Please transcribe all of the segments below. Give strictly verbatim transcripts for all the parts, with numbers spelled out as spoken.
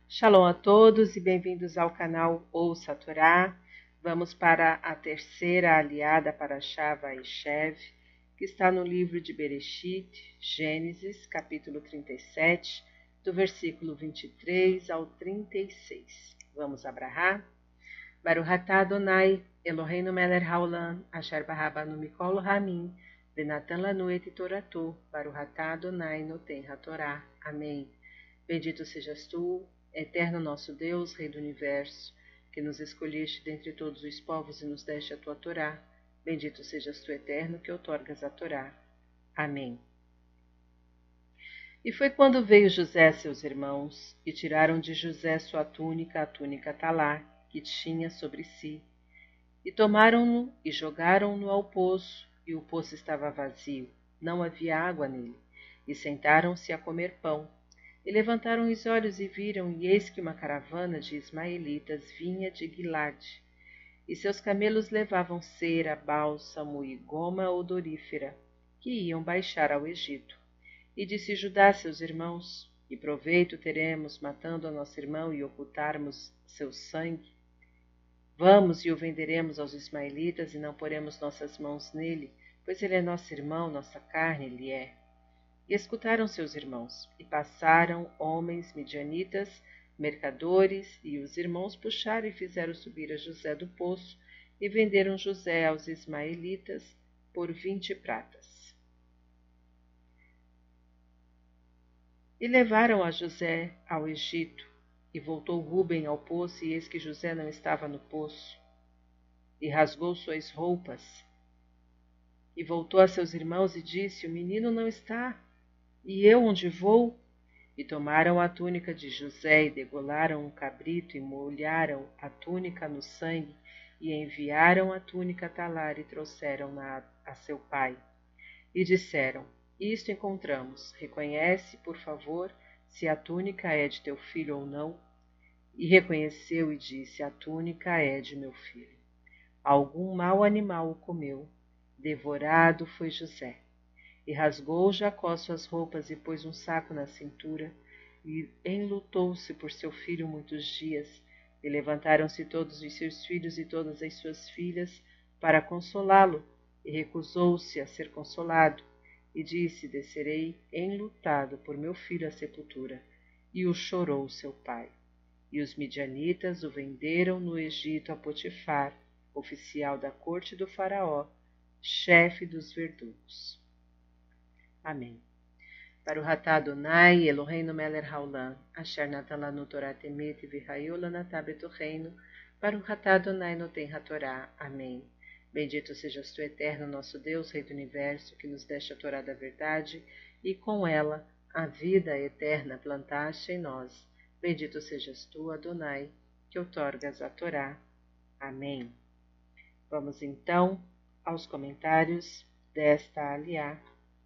Shalom a todos e bem-vindos ao canal Ouça a Torá. Vamos para a terceira aliada para Vaishev, que está no livro de Bereshit, Gênesis, capítulo trinta e sete, do versículo vinte e três ao trinta e seis. Vamos abrahar? Baruch atah Adonai, Eloheinu melech haolam, asher barabanu mikol hamim, venatan lanu et toratu, Baruch atah Adonai noten hatorá. Amém. Bendito sejas tu, eterno nosso Deus, Rei do Universo, que nos escolheste dentre todos os povos e nos deste a tua Torá. Bendito sejas tu, eterno, que outorgas a Torá. Amém. E foi quando veio José a seus irmãos, e tiraram de José sua túnica, a túnica talá, que tinha sobre si, e tomaram-no e jogaram-no ao poço, e o poço estava vazio, não havia água nele, e sentaram-se a comer pão. E levantaram os olhos e viram, e eis que uma caravana de ismaelitas vinha de Gilade, e seus camelos levavam cera, bálsamo e goma odorífera, que iam baixar ao Egito. E disse Judá a seus irmãos: Que proveito teremos matando a nosso irmão e ocultarmos seu sangue? Vamos e o venderemos aos ismaelitas e não poremos nossas mãos nele, pois ele é nosso irmão, nossa carne ele é. E escutaram seus irmãos, e passaram homens midianitas, mercadores, e os irmãos puxaram e fizeram subir a José do poço, e venderam José aos ismaelitas por vinte pratas. E levaram a José ao Egito, e voltou Ruben ao poço, e eis que José não estava no poço, e rasgou suas roupas, e voltou a seus irmãos e disse: O menino não está. E eu onde vou? E tomaram a túnica de José e degolaram um cabrito e molharam a túnica no sangue e enviaram a túnica a talar e trouxeram-na a seu pai. E disseram: Isto encontramos, reconhece, por favor, se a túnica é de teu filho ou não. E reconheceu e disse: A túnica é de meu filho. Algum mau animal o comeu, devorado foi José. E rasgou Jacó suas roupas e pôs um saco na cintura, e enlutou-se por seu filho muitos dias. E levantaram-se todos os seus filhos e todas as suas filhas para consolá-lo, e recusou-se a ser consolado, e disse: Descerei enlutado por meu filho à sepultura. E o chorou seu pai. E os midianitas o venderam no Egito a Potifar, oficial da corte do faraó, chefe dos verdugos. Amém. Baruch atah Adonai, Eloheinu melech haolam, asher natan lanu Torah temet v'hayu lanatah betocheinu, Baruch atah Adonai noten hatorá. Amém. Bendito sejas tu, eterno nosso Deus, Rei do Universo, que nos deste a Torá da verdade, e com ela a vida eterna plantaste em nós. Bendito sejas tu, Adonai, que outorgas a Torá. Amém. Vamos então aos comentários desta aliá.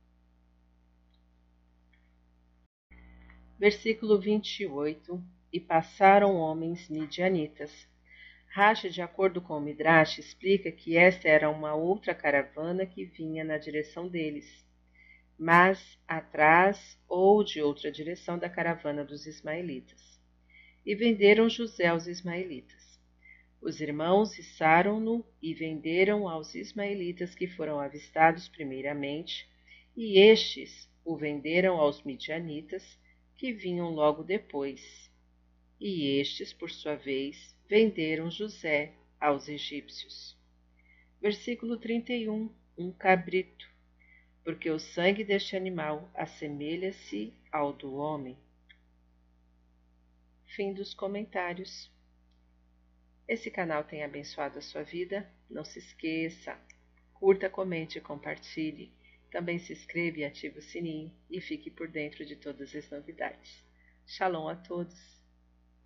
Versículo vinte e oito. E passaram homens midianitas. Rashi, de acordo com o Midrash, explica que esta era uma outra caravana que vinha na direção deles, mas atrás ou de outra direção da caravana dos ismaelitas. E venderam José aos ismaelitas. Os irmãos içaram-no e venderam aos ismaelitas que foram avistados primeiramente, e estes o venderam aos midianitas, que vinham logo depois, e estes, por sua vez, venderam José aos egípcios. Versículo trinta e um. Um cabrito, porque o sangue deste animal assemelha-se ao do homem. Fim dos comentários. Esse canal tem abençoado a sua vida. Não se esqueça, curta, comente e compartilhe. Também se inscreva e ative o sininho e fique por dentro de todas as novidades. Shalom a todos!